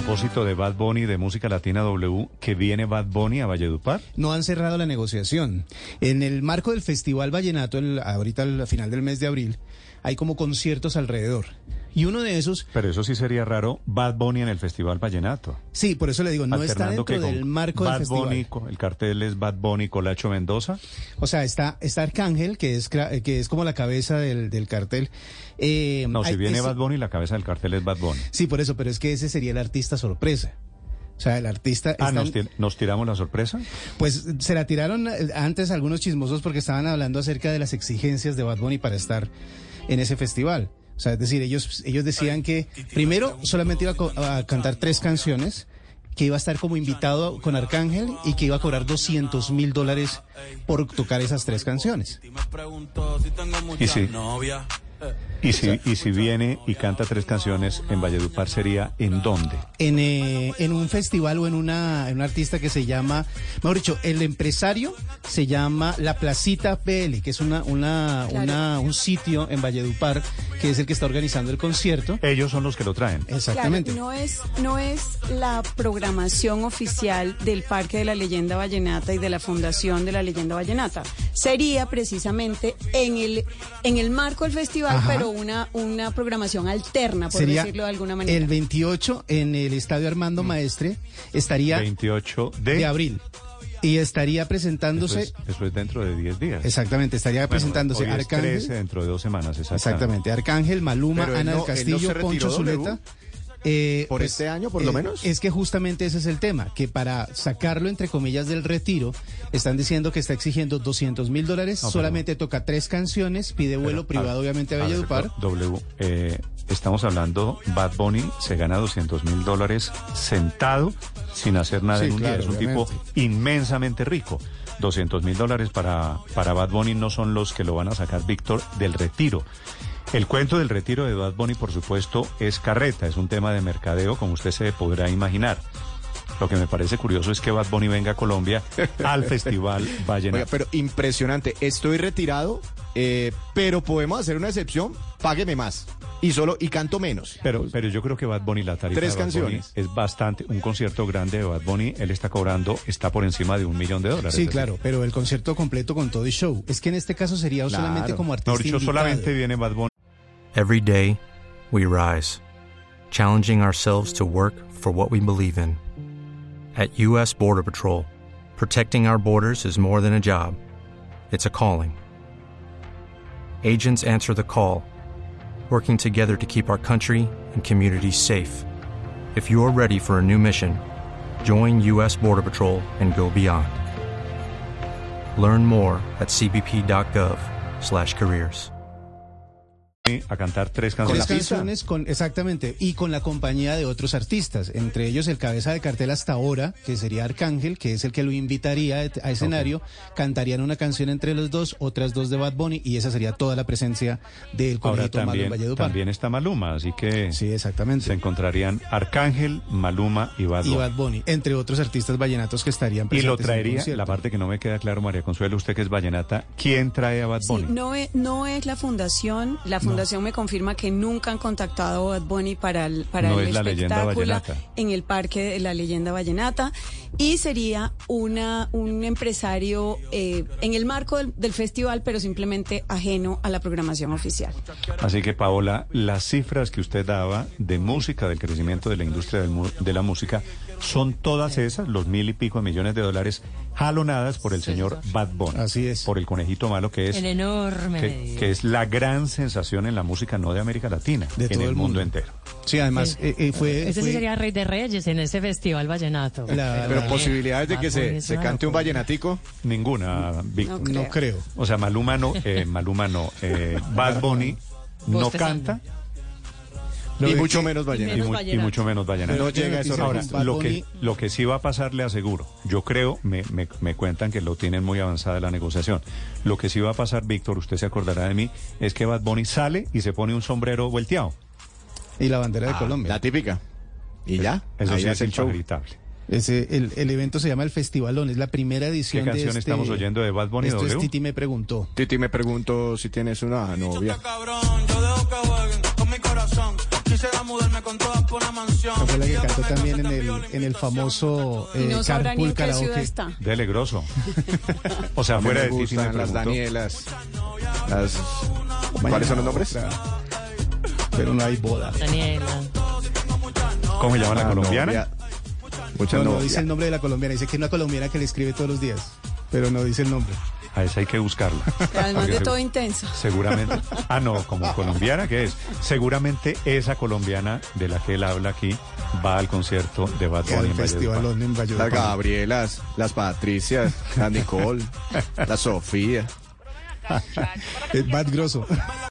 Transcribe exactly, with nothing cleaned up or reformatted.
propósito de Bad Bunny, de Música Latina W, que viene Bad Bunny a Valledupar? No han cerrado la negociación. En el marco del Festival Vallenato, el, ahorita al final del mes de abril, hay como conciertos alrededor. Y uno de esos... Pero eso sí sería raro, Bad Bunny en el Festival Vallenato. Sí, por eso le digo, no está dentro del marco del festival. Bad Bunny, el cartel es Bad Bunny, Colacho Mendoza. O sea, está, está Arcángel, que es, que es como la cabeza del, del cartel. Eh, no, si hay, viene es, Bad Bunny, la cabeza del cartel es Bad Bunny. Sí, por eso, pero es que ese sería el artista sorpresa. O sea, el artista... Ah, está... ¿nos, tir ¿nos tiramos la sorpresa? Pues se la tiraron antes algunos chismosos porque estaban hablando acerca de las exigencias de Bad Bunny para estar en ese festival. O sea, es decir, ellos, ellos decían que primero solamente iba a, a cantar tres canciones, que iba a estar como invitado con Arcángel y que iba a cobrar doscientos mil dólares por tocar esas tres canciones. ¿Y sí? Y si, y si viene y canta tres canciones en Valledupar, ¿sería en dónde? En, eh, en un festival o en una en un artista que se llama, mejor dicho, el empresario se llama La Placita P L, que es una una, claro. una un sitio en Valledupar que es el que está organizando el concierto. Ellos son los que lo traen. Exactamente. Claro, no es no es la programación oficial del Parque de la Leyenda Vallenata y de la Fundación de la Leyenda Vallenata. Sería precisamente en el en el marco del festival. Ajá. Pero una, una programación alterna, por sería decirlo de alguna manera. El veintiocho en el Estadio Armando Maestre estaría... veintiocho de... de abril. Y estaría presentándose... Eso es, eso es dentro de diez días. Exactamente, estaría bueno, presentándose hoy Arcángel... es trece, dentro de dos semanas, exactamente. Exactamente, Arcángel, Maluma, pero Ana no, del Castillo, no Poncho Zuleta... Eh, ¿Por pues, este año, por eh, lo menos? Es que justamente ese es el tema, que para sacarlo, entre comillas, del retiro, están diciendo que está exigiendo doscientos mil dólares, no, solamente no. toca tres canciones, pide vuelo pero, privado, a, obviamente, a Valledupar. W, eh, estamos hablando, Bad Bunny se gana doscientos mil dólares sentado, sin hacer nada sí, en un claro, día. Es un obviamente. tipo inmensamente rico. doscientos mil dólares para, para Bad Bunny no son los que lo van a sacar, Víctor, del retiro. El cuento del retiro de Bad Bunny, por supuesto, es carreta, es un tema de mercadeo, como usted se podrá imaginar. Lo que me parece curioso es que Bad Bunny venga a Colombia al Festival Vallenato. Oiga, pero impresionante, estoy retirado, eh, pero podemos hacer una excepción, págueme más. Y solo, y canto menos. Pero, pero yo creo que Bad Bunny, la tarifa Tres de Bad canciones. Bunny es bastante, un concierto grande de Bad Bunny, él está cobrando, está por encima de un millón de dólares. Sí, claro, así. Pero el concierto completo con todo el show. Es que en este caso sería claro. solamente como artista no, dicho, solamente viene Bad Bunny. Every day, we rise, challenging ourselves to work for what we believe in. At U S Border Patrol, protecting our borders is more than a job. It's a calling. Agents answer the call, working together to keep our country and communities safe. If you are ready for a new mission, join U S Border Patrol and go beyond. Learn more at cbp.gov slash careers. A cantar tres canciones. Con Tres canciones, con, exactamente, y con la compañía de otros artistas, entre ellos el cabeza de cartel hasta ahora, que sería Arcángel, que es el que lo invitaría a escenario, okay. Cantarían una canción entre los dos, otras dos de Bad Bunny, y esa sería toda la presencia del conejito Malo en Valledupar. También está Maluma, así que sí, exactamente. Se encontrarían Arcángel, Maluma y Bad Bunny. Y Bad Bunny, entre otros artistas vallenatos que estarían presentes. Y lo traería, la parte que no me queda claro, María Consuelo, usted que es vallenata, ¿quién trae a Bad Bunny? Sí, no es, no es la fundación, la fundación no. me confirma que nunca han contactado a Bad Bunny para el, para no el es la espectáculo en el Parque de la Leyenda Vallenata, y sería una un empresario eh, en el marco del, del festival, pero simplemente ajeno a la programación oficial. Así que, Paola, las cifras que usted daba de música, del crecimiento de la industria del, de la música, son todas esas, los mil y pico de millones de dólares jalonadas por el sí, señor Bad Bunny. Así es. Por el conejito malo, que es el enorme que, que es la gran sensación en la música, no de América Latina, de en todo el, el mundo, mundo entero. Sí, además eh, eh, fue ese fue... sí sería Rey de Reyes en ese festival vallenato. La, pero la, posibilidades de que se, se cante un vallenatico, ninguna. No creo. No creo. O sea, Maluma no, eh, Maluma no, eh, Bad Bunny no canta. Y mucho menos vallenato. Y, mu y mucho menos vallenato. No llega a eso. Ahora, lo que, lo que sí va a pasar, le aseguro, yo creo, me, me, me cuentan que lo tienen muy avanzada la negociación. Lo que sí va a pasar, Víctor, usted se acordará de mí, es que Bad Bunny sale y se pone un sombrero volteado. Y la bandera de ah, Colombia. La típica. ¿Y ya? Eso sí es el show. Ese, el, el evento se llama el Festivalón, es la primera edición de ¿Qué canción de este, estamos oyendo de Bad Bunny? Esto W? es Titi me preguntó. Titi me preguntó si tienes una novia. Cabrón, yo dejo que jueguen con mi corazón. No fue la que cantó también en el, en el famoso Y eh, no sabrá ni Carpool en qué ciudad Karaoke. está. Dele grosso. O sea, A mí fuera me de ti sí me gustan las preguntó. Danielas. Las... ¿Cuáles son los nombres? Otra. Pero no hay boda. Daniela. ¿Cómo se llama la Ah, colombiana? novia. Mucha No, no novia. dice el nombre de la colombiana. Dice que es una colombiana que le escribe todos los días. Pero no dice el nombre. A esa hay que buscarla. Además Porque de segu- todo intensa. Seguramente. Ah, no, como colombiana, ¿qué es? Seguramente esa colombiana de la que él habla aquí va al concierto de Bad Que Bunny al en festival Valledupar. en Las Valledupar. Gabrielas, las Patricias, la Nicole, la Sofía. Es Bad Grosso.